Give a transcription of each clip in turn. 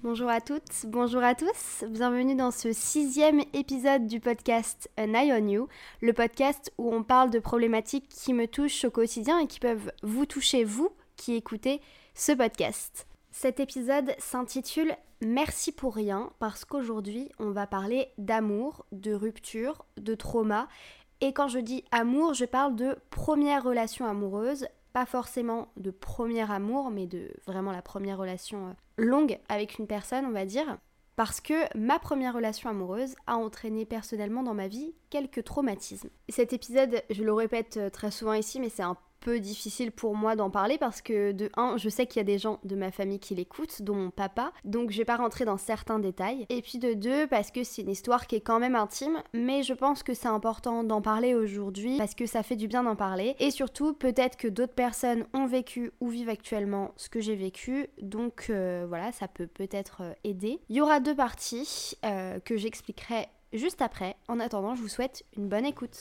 Bonjour à toutes, bonjour à tous, bienvenue dans ce 6e épisode du podcast An Eye on You, le podcast où on parle de problématiques qui me touchent au quotidien et qui peuvent vous toucher, vous qui écoutez ce podcast. Cet épisode s'intitule « Merci pour rien » parce qu'aujourd'hui on va parler d'amour, de rupture, de trauma. Et quand je dis amour, je parle de première relation amoureuse, pas forcément de premier amour, mais de vraiment la première relation longue avec une personne, on va dire. Parce que ma première relation amoureuse a entraîné personnellement dans ma vie quelques traumatismes. Cet épisode, je le répète très souvent ici, mais c'est un peu difficile pour moi d'en parler parce que de un, je sais qu'il y a des gens de ma famille qui l'écoutent, dont mon papa, donc je vais pas rentrer dans certains détails. Et puis de deux, parce que c'est une histoire qui est quand même intime, mais je pense que c'est important d'en parler aujourd'hui parce que ça fait du bien d'en parler. Et surtout, peut-être que d'autres personnes ont vécu ou vivent actuellement ce que j'ai vécu, donc voilà, ça peut peut-être aider. Il y aura deux parties que j'expliquerai juste après. En attendant, je vous souhaite une bonne écoute.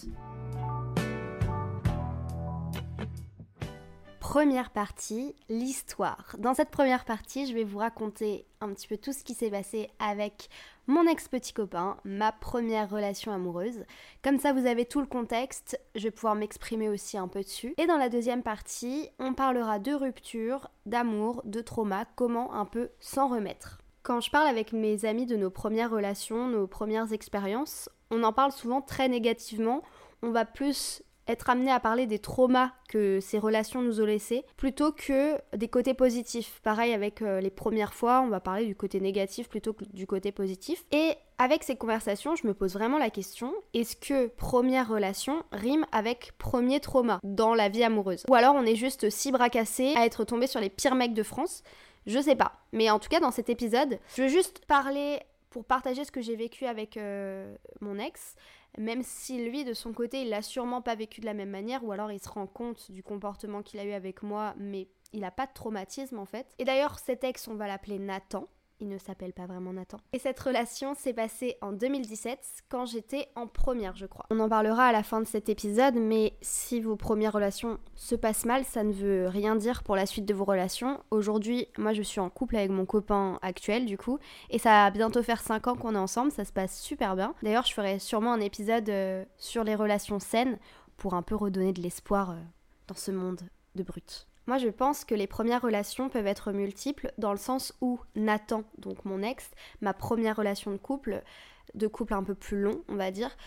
Première partie, l'histoire. Dans cette première partie, je vais vous raconter un petit peu tout ce qui s'est passé avec mon ex-petit copain, ma première relation amoureuse. Comme ça, vous avez tout le contexte, je vais pouvoir m'exprimer aussi un peu dessus. Et dans la deuxième partie, on parlera de rupture, d'amour, de trauma, comment un peu s'en remettre. Quand je parle avec mes amis de nos premières relations, nos premières expériences, on en parle souvent très négativement. On va plus être amené à parler des traumas que ces relations nous ont laissés, plutôt que des côtés positifs. Pareil avec les premières fois, on va parler du côté négatif plutôt que du côté positif. Et avec ces conversations, je me pose vraiment la question, est-ce que première relation rime avec premier trauma dans la vie amoureuse? Ou alors on est juste si bras cassés à être tombé sur les pires mecs de France? Je sais pas. Mais en tout cas, dans cet épisode, je veux juste parler pour partager ce que j'ai vécu avec mon ex, même si lui, de son côté, il l'a sûrement pas vécu de la même manière, ou alors il se rend compte du comportement qu'il a eu avec moi, mais il a pas de traumatisme en fait. Et d'ailleurs, cet ex, on va l'appeler Nathan. Il ne s'appelle pas vraiment Nathan. Et cette relation s'est passée en 2017, quand j'étais en première, je crois. On en parlera à la fin de cet épisode, mais si vos premières relations se passent mal, ça ne veut rien dire pour la suite de vos relations. Aujourd'hui, moi je suis en couple avec mon copain actuel, du coup, et ça va bientôt faire 5 ans qu'on est ensemble, ça se passe super bien. D'ailleurs, je ferai sûrement un épisode sur les relations saines, pour un peu redonner de l'espoir dans ce monde de brutes. Moi, je pense que les premières relations peuvent être multiples dans le sens où Nathan, donc mon ex, ma première relation de couple un peu plus long, on va dire,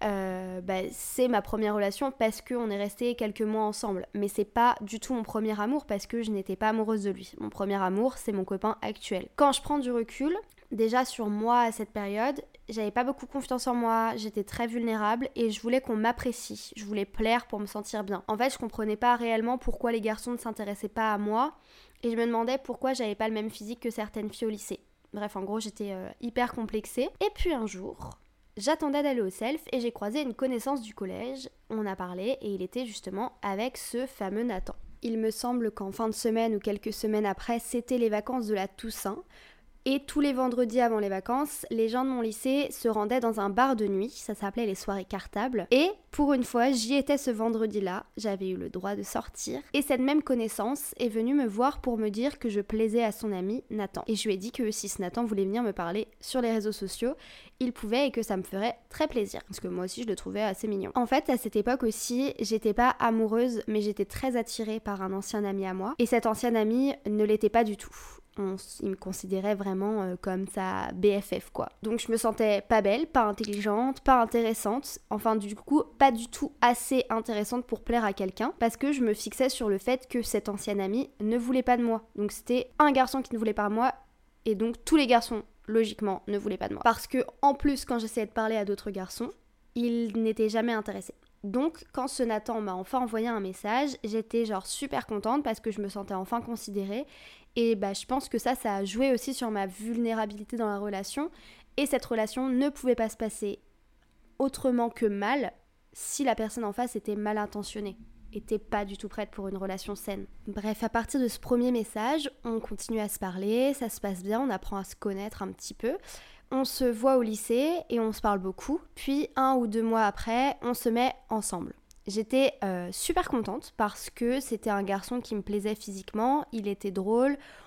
c'est ma première relation parce qu'on est restés quelques mois ensemble. Mais c'est pas du tout mon premier amour parce que je n'étais pas amoureuse de lui. Mon premier amour, c'est mon copain actuel. Quand je prends du recul, déjà sur moi à cette période, j'avais pas beaucoup confiance en moi, j'étais très vulnérable et je voulais qu'on m'apprécie, je voulais plaire pour me sentir bien. En fait, je comprenais pas réellement pourquoi les garçons ne s'intéressaient pas à moi et je me demandais pourquoi j'avais pas le même physique que certaines filles au lycée. Bref, en gros, j'étais hyper complexée. Et puis un jour, j'attendais d'aller au self et j'ai croisé une connaissance du collège, on a parlé et il était justement avec ce fameux Nathan. Il me semble qu'en fin de semaine ou quelques semaines après, c'était les vacances de la Toussaint. Et tous les vendredis avant les vacances, les gens de mon lycée se rendaient dans un bar de nuit, ça s'appelait les soirées cartables. Et pour une fois, j'y étais ce vendredi-là, j'avais eu le droit de sortir. Et cette même connaissance est venue me voir pour me dire que je plaisais à son ami Nathan. Et je lui ai dit que si ce Nathan voulait venir me parler sur les réseaux sociaux, il pouvait et que ça me ferait très plaisir. Parce que moi aussi, je le trouvais assez mignon. En fait, à cette époque aussi, j'étais pas amoureuse, mais j'étais très attirée par un ancien ami à moi. Et cet ancien ami ne l'était pas du tout. Il me considérait vraiment comme sa BFF quoi. Donc je me sentais pas belle, pas intelligente, pas intéressante, enfin du coup pas du tout assez intéressante pour plaire à quelqu'un parce que je me fixais sur le fait que cet ancien ami ne voulait pas de moi. Donc c'était un garçon qui ne voulait pas de moi et donc tous les garçons logiquement ne voulaient pas de moi. Parce que en plus quand j'essayais de parler à d'autres garçons, ils n'étaient jamais intéressés. Donc, quand ce Nathan m'a enfin envoyé un message, j'étais genre super contente parce que je me sentais enfin considérée. Et je pense que ça a joué aussi sur ma vulnérabilité dans la relation. Et cette relation ne pouvait pas se passer autrement que mal si la personne en face était mal intentionnée, était pas du tout prête pour une relation saine. Bref, à partir de ce premier message, on continue à se parler, ça se passe bien, on apprend à se connaître un petit peu. On se voit au lycée et on se parle beaucoup. Puis 1 ou 2 mois après, on se met ensemble. J'étais super contente parce que c'était un garçon qui me plaisait physiquement, il était drôle,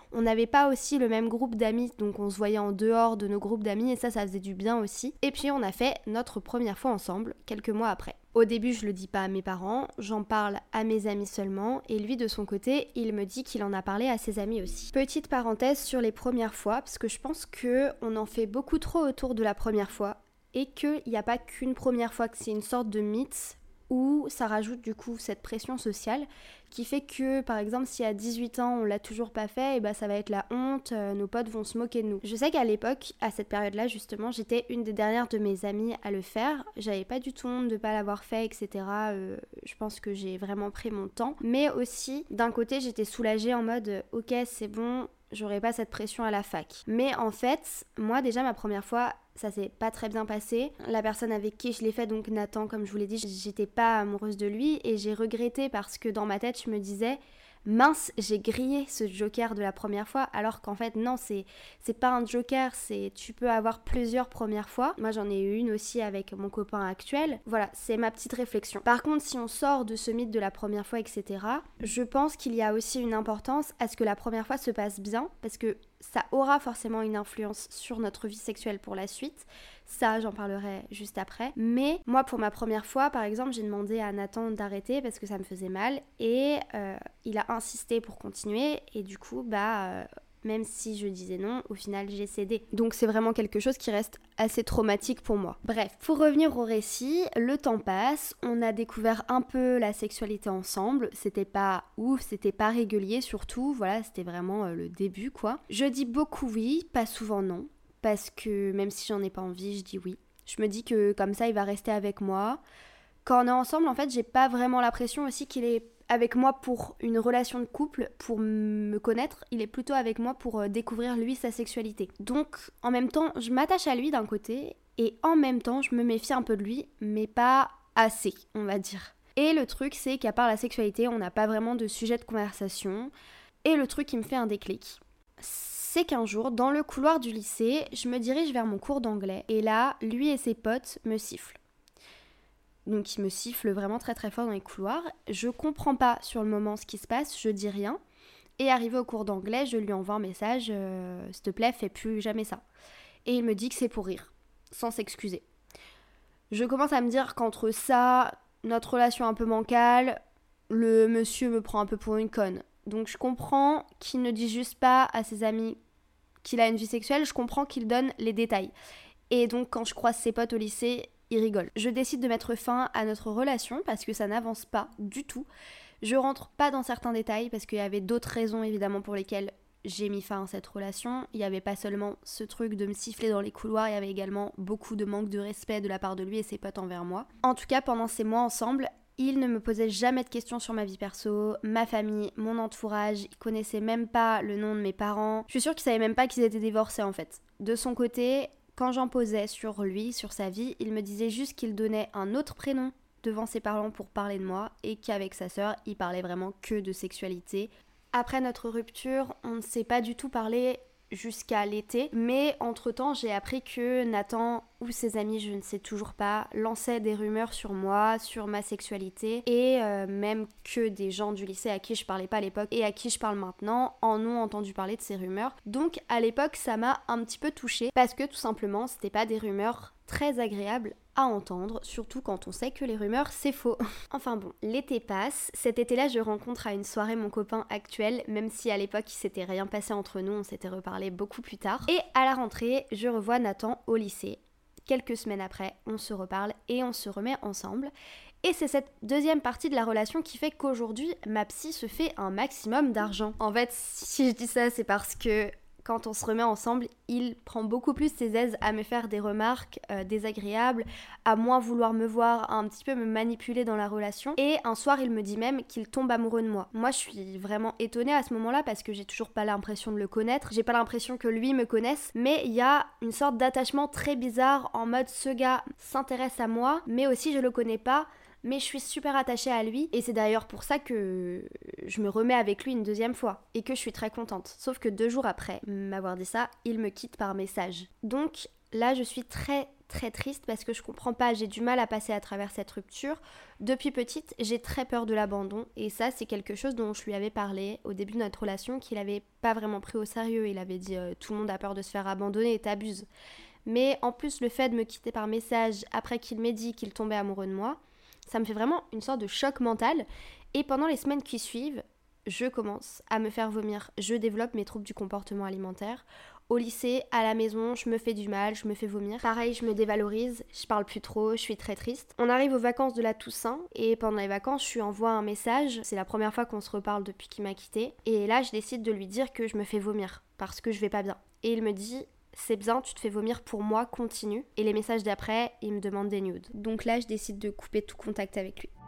On n'avait pas aussi le même groupe d'amis, donc on se voyait en dehors de nos groupes d'amis et ça faisait du bien aussi. Et puis on a fait notre première fois ensemble, quelques mois après. Au début, je le dis pas à mes parents, j'en parle à mes amis seulement, et lui de son côté, il me dit qu'il en a parlé à ses amis aussi. Petite parenthèse sur les premières fois, parce que je pense qu'on en fait beaucoup trop autour de la première fois, et qu'il n'y a pas qu'une première fois, que c'est une sorte de mythe où ça rajoute du coup cette pression sociale qui fait que par exemple si à 18 ans on l'a toujours pas fait, et bah ça va être la honte, nos potes vont se moquer de nous. Je sais qu'à l'époque, à cette période-là justement, j'étais une des dernières de mes amies à le faire, j'avais pas du tout honte de pas l'avoir fait, etc. Je pense que j'ai vraiment pris mon temps, mais aussi d'un côté j'étais soulagée en mode ok c'est bon, j'aurais pas cette pression à la fac. Mais en fait, moi déjà ma première fois, ça s'est pas très bien passé. La personne avec qui je l'ai fait, donc Nathan, comme je vous l'ai dit, j'étais pas amoureuse de lui et j'ai regretté parce que dans ma tête, je me disais mince, j'ai grillé ce joker de la première fois, alors qu'en fait non, c'est pas un joker, c'est tu peux avoir plusieurs premières fois. Moi j'en ai eu une aussi avec mon copain actuel. Voilà, c'est ma petite réflexion. Par contre, si on sort de ce mythe de la première fois, etc., je pense qu'il y a aussi une importance à ce que la première fois se passe bien, parce que ça aura forcément une influence sur notre vie sexuelle pour la suite. Ça, j'en parlerai juste après. Mais moi, pour ma première fois, par exemple, j'ai demandé à Nathan d'arrêter parce que ça me faisait mal. Et il a insisté pour continuer. Et du coup, même si je disais non, au final, j'ai cédé. Donc c'est vraiment quelque chose qui reste assez traumatique pour moi. Bref, pour revenir au récit, le temps passe. On a découvert un peu la sexualité ensemble. C'était pas ouf, c'était pas régulier surtout. Voilà, c'était vraiment le début, quoi. Je dis beaucoup oui, pas souvent non. Parce que même si j'en ai pas envie, je dis oui. Je me dis que comme ça, il va rester avec moi. Quand on est ensemble, en fait, j'ai pas vraiment l'impression aussi qu'il est avec moi pour une relation de couple, pour me connaître. Il est plutôt avec moi pour découvrir lui sa sexualité. Donc, en même temps, je m'attache à lui d'un côté et en même temps, je me méfie un peu de lui, mais pas assez, on va dire. Et le truc, c'est qu'à part la sexualité, on n'a pas vraiment de sujet de conversation. Et le truc qui me fait un déclic, c'est qu'un jour, dans le couloir du lycée, je me dirige vers mon cours d'anglais et là, lui et ses potes me sifflent. Donc ils me sifflent vraiment très très fort dans les couloirs. Je comprends pas sur le moment ce qui se passe, je dis rien. Et arrivé au cours d'anglais, je lui envoie un message, s'il te plaît, fais plus jamais ça. Et il me dit que c'est pour rire, sans s'excuser. Je commence à me dire qu'entre ça, notre relation un peu bancale, le monsieur me prend un peu pour une conne. Donc je comprends qu'il ne dit juste pas à ses amis qu'il a une vie sexuelle, je comprends qu'il donne les détails. Et donc quand je croise ses potes au lycée, il rigole. Je décide de mettre fin à notre relation parce que ça n'avance pas du tout. Je rentre pas dans certains détails parce qu'il y avait d'autres raisons évidemment pour lesquelles j'ai mis fin à cette relation. Il n'y avait pas seulement ce truc de me siffler dans les couloirs, il y avait également beaucoup de manque de respect de la part de lui et ses potes envers moi. En tout cas, pendant ces mois ensemble, il ne me posait jamais de questions sur ma vie perso, ma famille, mon entourage, il connaissait même pas le nom de mes parents. Je suis sûre qu'il savait même pas qu'ils étaient divorcés en fait. De son côté, quand j'en posais sur lui, sur sa vie, il me disait juste qu'il donnait un autre prénom devant ses parents pour parler de moi et qu'avec sa sœur, il parlait vraiment que de sexualité. Après notre rupture, on ne s'est pas du tout parlé jusqu'à l'été, mais entre-temps, j'ai appris que Nathan ou ses amis, je ne sais toujours pas, lançaient des rumeurs sur moi, sur ma sexualité, et même que des gens du lycée à qui je parlais pas à l'époque et à qui je parle maintenant en ont entendu parler de ces rumeurs. Donc à l'époque, ça m'a un petit peu touchée parce que tout simplement, c'était pas des rumeurs très agréables à entendre, surtout quand on sait que les rumeurs c'est faux. Enfin bon, l'été passe, cet été-là je rencontre à une soirée mon copain actuel, même si à l'époque il s'était rien passé entre nous, on s'était reparlé beaucoup plus tard. Et à la rentrée, je revois Nathan au lycée. Quelques semaines après, on se reparle et on se remet ensemble. Et c'est cette deuxième partie de la relation qui fait qu'aujourd'hui, ma psy se fait un maximum d'argent. En fait, si je dis ça, c'est parce que quand on se remet ensemble, il prend beaucoup plus ses aises à me faire des remarques désagréables, à moins vouloir me voir, à un petit peu me manipuler dans la relation. Et un soir, il me dit même qu'il tombe amoureux de moi. Moi, je suis vraiment étonnée à ce moment-là parce que j'ai toujours pas l'impression de le connaître. J'ai pas l'impression que lui me connaisse, mais il y a une sorte d'attachement très bizarre en mode ce gars s'intéresse à moi, mais aussi je le connais pas. Mais je suis super attachée à lui et c'est d'ailleurs pour ça que je me remets avec lui une deuxième fois et que je suis très contente. Sauf que 2 jours après m'avoir dit ça, il me quitte par message. Donc là, je suis très très triste parce que je comprends pas, j'ai du mal à passer à travers cette rupture. Depuis petite, j'ai très peur de l'abandon et ça c'est quelque chose dont je lui avais parlé au début de notre relation qu'il avait pas vraiment pris au sérieux. Il avait dit tout le monde a peur de se faire abandonner et t'abuses. Mais en plus le fait de me quitter par message après qu'il m'ait dit qu'il tombait amoureux de moi, ça me fait vraiment une sorte de choc mental et pendant les semaines qui suivent, je commence à me faire vomir. Je développe mes troubles du comportement alimentaire. Au lycée, à la maison, je me fais du mal, je me fais vomir. Pareil, je me dévalorise, je parle plus trop, je suis très triste. On arrive aux vacances de la Toussaint et pendant les vacances, je lui envoie un message. C'est la première fois qu'on se reparle depuis qu'il m'a quittée. Et là, je décide de lui dire que je me fais vomir parce que je vais pas bien. Et il me dit c'est bien, tu te fais vomir pour moi, continue. Et les messages d'après, il me demande des nudes. Donc là, je décide de couper tout contact avec lui.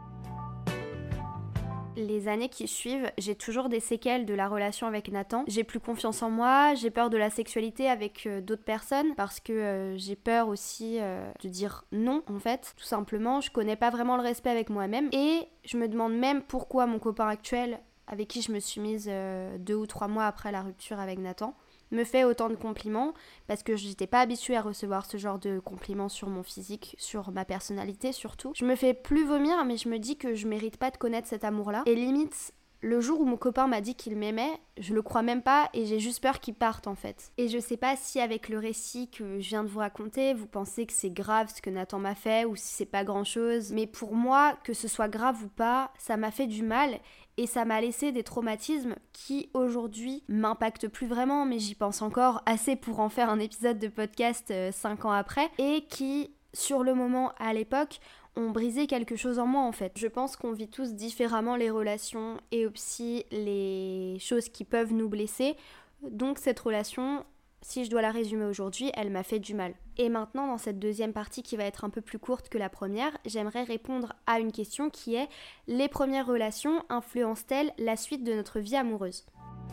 Les années qui suivent, j'ai toujours des séquelles de la relation avec Nathan. J'ai plus confiance en moi, j'ai peur de la sexualité avec d'autres personnes parce que j'ai peur aussi de dire non en fait, tout simplement. Je connais pas vraiment le respect avec moi-même et je me demande même pourquoi mon copain actuel, avec qui je me suis mise 2 ou 3 mois après la rupture avec Nathan, me fait autant de compliments parce que je n'étais pas habituée à recevoir ce genre de compliments sur mon physique, sur ma personnalité surtout. Je me fais plus vomir mais je me dis que je mérite pas de connaître cet amour-là. Et limite, le jour où mon copain m'a dit qu'il m'aimait, je le crois même pas et j'ai juste peur qu'il parte en fait. Et je sais pas si avec le récit que je viens de vous raconter, vous pensez que c'est grave ce que Nathan m'a fait ou si c'est pas grand chose. Mais pour moi, que ce soit grave ou pas, ça m'a fait du mal. Et ça m'a laissé des traumatismes qui aujourd'hui m'impactent plus vraiment, mais j'y pense encore assez pour en faire un épisode de podcast 5 ans après, et qui, sur le moment, à l'époque, ont brisé quelque chose en moi en fait. Je pense qu'on vit tous différemment les relations et aussi les choses qui peuvent nous blesser. Donc cette relation, si je dois la résumer aujourd'hui, elle m'a fait du mal. Et maintenant, dans cette deuxième partie qui va être un peu plus courte que la première, j'aimerais répondre à une question qui est: les premières relations influencent-elles la suite de notre vie amoureuse ?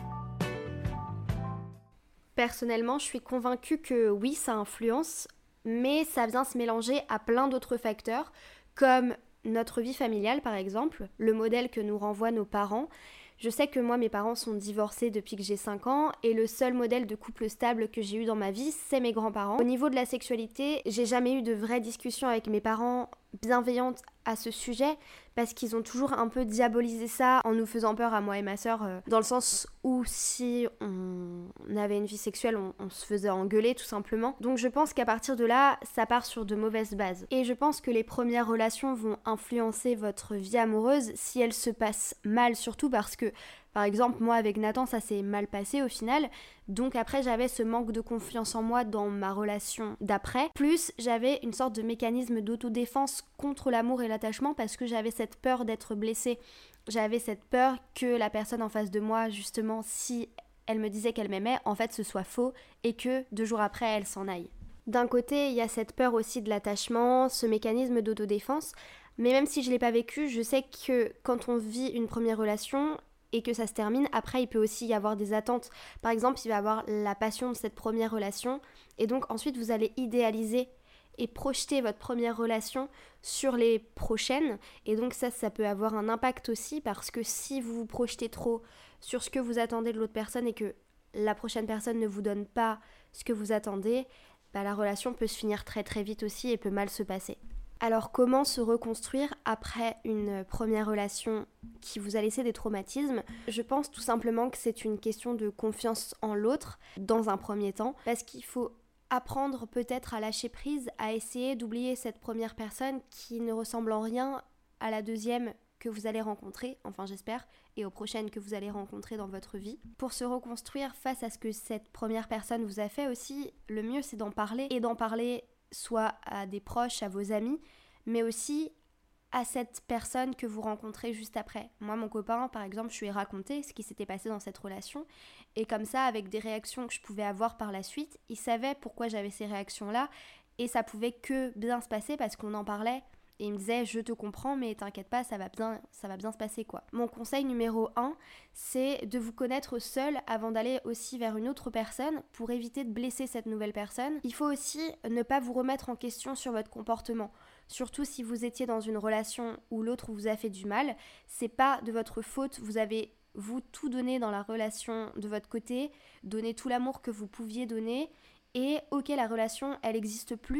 Personnellement, je suis convaincue que oui, ça influence, mais ça vient se mélanger à plein d'autres facteurs, comme notre vie familiale par exemple, le modèle que nous renvoient nos parents. Je sais que moi, mes parents sont divorcés depuis que j'ai 5 ans et le seul modèle de couple stable que j'ai eu dans ma vie, c'est mes grands-parents. Au niveau de la sexualité, j'ai jamais eu de vraie discussion avec mes parents bienveillantes à ce sujet parce qu'ils ont toujours un peu diabolisé ça en nous faisant peur à moi et ma sœur, dans le sens où si on avait une vie sexuelle, on se faisait engueuler tout simplement. Donc je pense qu'à partir de là, ça part sur de mauvaises bases. Et je pense que les premières relations vont influencer votre vie amoureuse si elles se passent mal, surtout parce que par exemple, moi avec Nathan, ça s'est mal passé au final. Donc après, j'avais ce manque de confiance en moi dans ma relation d'après. Plus, j'avais une sorte de mécanisme d'autodéfense contre l'amour et l'attachement parce que j'avais cette peur d'être blessée. J'avais cette peur que la personne en face de moi, justement, si elle me disait qu'elle m'aimait, en fait, ce soit faux et que 2 jours après, elle s'en aille. D'un côté, il y a cette peur aussi de l'attachement, ce mécanisme d'autodéfense. Mais même si je ne l'ai pas vécu, je sais que quand on vit une première relation et que ça se termine, après il peut aussi y avoir des attentes. Par exemple, il va y avoir la passion de cette première relation et donc ensuite vous allez idéaliser et projeter votre première relation sur les prochaines et donc ça peut avoir un impact aussi parce que si vous vous projetez trop sur ce que vous attendez de l'autre personne et que la prochaine personne ne vous donne pas ce que vous attendez, la relation peut se finir très très vite aussi et peut mal se passer. Alors comment se reconstruire après une première relation qui vous a laissé des traumatismes ? Je pense tout simplement que c'est une question de confiance en l'autre dans un premier temps, parce qu'il faut apprendre peut-être à lâcher prise, à essayer d'oublier cette première personne qui ne ressemble en rien à la deuxième que vous allez rencontrer, enfin j'espère, et aux prochaines que vous allez rencontrer dans votre vie. Pour se reconstruire face à ce que cette première personne vous a fait aussi, le mieux c'est d'en parler, et d'en parler soit à des proches, à vos amis, mais aussi à cette personne que vous rencontrez juste après. Moi, mon copain, par exemple, je lui ai raconté ce qui s'était passé dans cette relation, et comme ça, avec des réactions que je pouvais avoir par la suite, il savait pourquoi j'avais ces réactions-là, et ça pouvait que bien se passer parce qu'on en parlait, et il me disait « je te comprends, mais t'inquiète pas, ça va bien se passer quoi ». Mon conseil numéro 1, c'est de vous connaître seul avant d'aller aussi vers une autre personne pour éviter de blesser cette nouvelle personne. Il faut aussi ne pas vous remettre en question sur votre comportement. Surtout si vous étiez dans une relation où l'autre vous a fait du mal, c'est pas de votre faute, vous avez tout donné dans la relation de votre côté, donné tout l'amour que vous pouviez donner, et ok, la relation elle n'existe plus,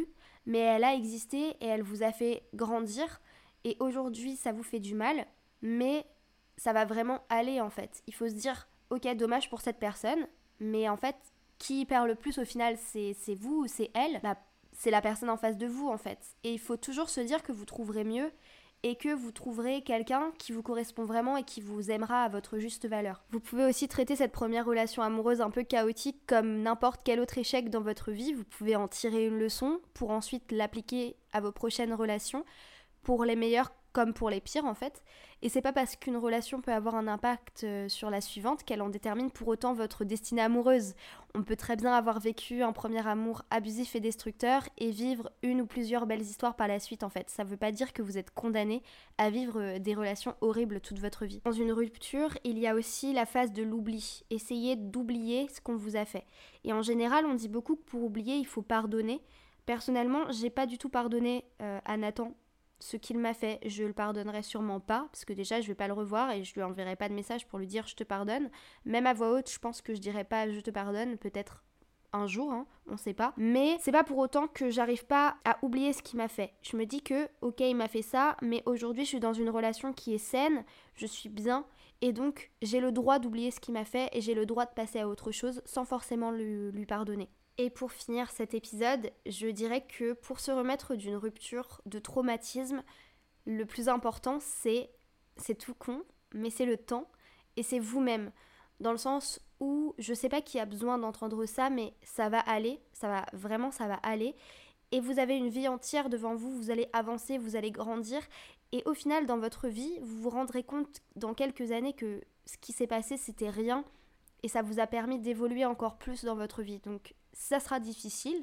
mais elle a existé et elle vous a fait grandir. Et aujourd'hui, ça vous fait du mal, mais ça va vraiment aller en fait. Il faut se dire, ok, dommage pour cette personne, mais en fait, qui perd le plus au final, c'est vous ou c'est elle, c'est la personne en face de vous en fait. Et il faut toujours se dire que vous trouverez mieux et que vous trouverez quelqu'un qui vous correspond vraiment et qui vous aimera à votre juste valeur. Vous pouvez aussi traiter cette première relation amoureuse un peu chaotique comme n'importe quel autre échec dans votre vie. Vous pouvez en tirer une leçon pour ensuite l'appliquer à vos prochaines relations, pour les meilleures comme pour les pires en fait. Et c'est pas parce qu'une relation peut avoir un impact sur la suivante qu'elle en détermine pour autant votre destinée amoureuse. On peut très bien avoir vécu un premier amour abusif et destructeur et vivre une ou plusieurs belles histoires par la suite en fait. Ça veut pas dire que vous êtes condamné à vivre des relations horribles toute votre vie. Dans une rupture, il y a aussi la phase de l'oubli. Essayez d'oublier ce qu'on vous a fait. Et en général, on dit beaucoup que pour oublier, il faut pardonner. Personnellement, j'ai pas du tout pardonné à Nathan ce qu'il m'a fait. Je le pardonnerai sûrement pas, parce que déjà je vais pas le revoir et je lui enverrai pas de message pour lui dire je te pardonne. Même à voix haute, je pense que je dirais pas je te pardonne, peut-être un jour, on sait pas. Mais c'est pas pour autant que j'arrive pas à oublier ce qu'il m'a fait. Je me dis que, ok, il m'a fait ça, mais aujourd'hui je suis dans une relation qui est saine, je suis bien, et donc j'ai le droit d'oublier ce qu'il m'a fait et j'ai le droit de passer à autre chose sans forcément lui pardonner. Et pour finir cet épisode, je dirais que pour se remettre d'une rupture, de traumatisme, le plus important c'est tout con, mais c'est le temps et c'est vous-même. Dans le sens où je sais pas qui a besoin d'entendre ça, mais ça va aller, ça va aller. Et vous avez une vie entière devant vous, vous allez avancer, vous allez grandir. Et au final, dans votre vie, vous vous rendrez compte dans quelques années que ce qui s'est passé, c'était rien. Et ça vous a permis d'évoluer encore plus dans votre vie. Donc ça sera difficile,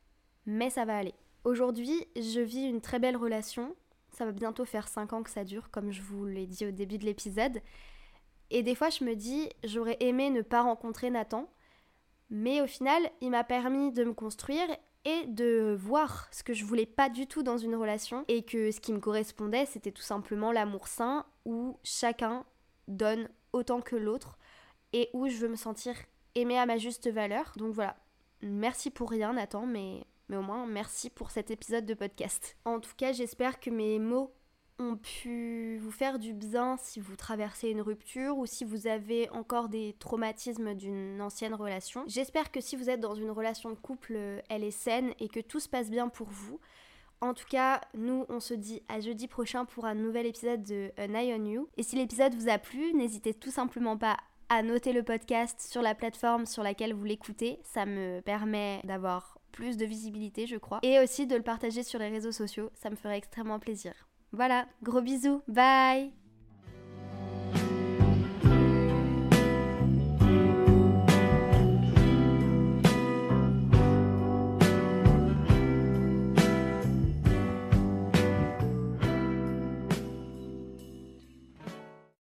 mais ça va aller. Aujourd'hui, je vis une très belle relation. Ça va bientôt faire 5 ans que ça dure, comme je vous l'ai dit au début de l'épisode. Et des fois, je me dis, j'aurais aimé ne pas rencontrer Nathan. Mais au final, il m'a permis de me construire et de voir ce que je voulais pas du tout dans une relation. Et que ce qui me correspondait, c'était tout simplement l'amour sain, où chacun donne autant que l'autre. Et où je veux me sentir aimée à ma juste valeur. Donc voilà, merci pour rien Nathan, mais au moins merci pour cet épisode de podcast. En tout cas, j'espère que mes mots ont pu vous faire du bien si vous traversez une rupture ou si vous avez encore des traumatismes d'une ancienne relation. J'espère que si vous êtes dans une relation de couple, elle est saine et que tout se passe bien pour vous. En tout cas, nous, on se dit à jeudi prochain pour un nouvel épisode de An Eye on You. Et si l'épisode vous a plu, n'hésitez tout simplement pas à noter le podcast sur la plateforme sur laquelle vous l'écoutez. Ça me permet d'avoir plus de visibilité, je crois. Et aussi de le partager sur les réseaux sociaux. Ça me ferait extrêmement plaisir. Voilà, gros bisous, bye!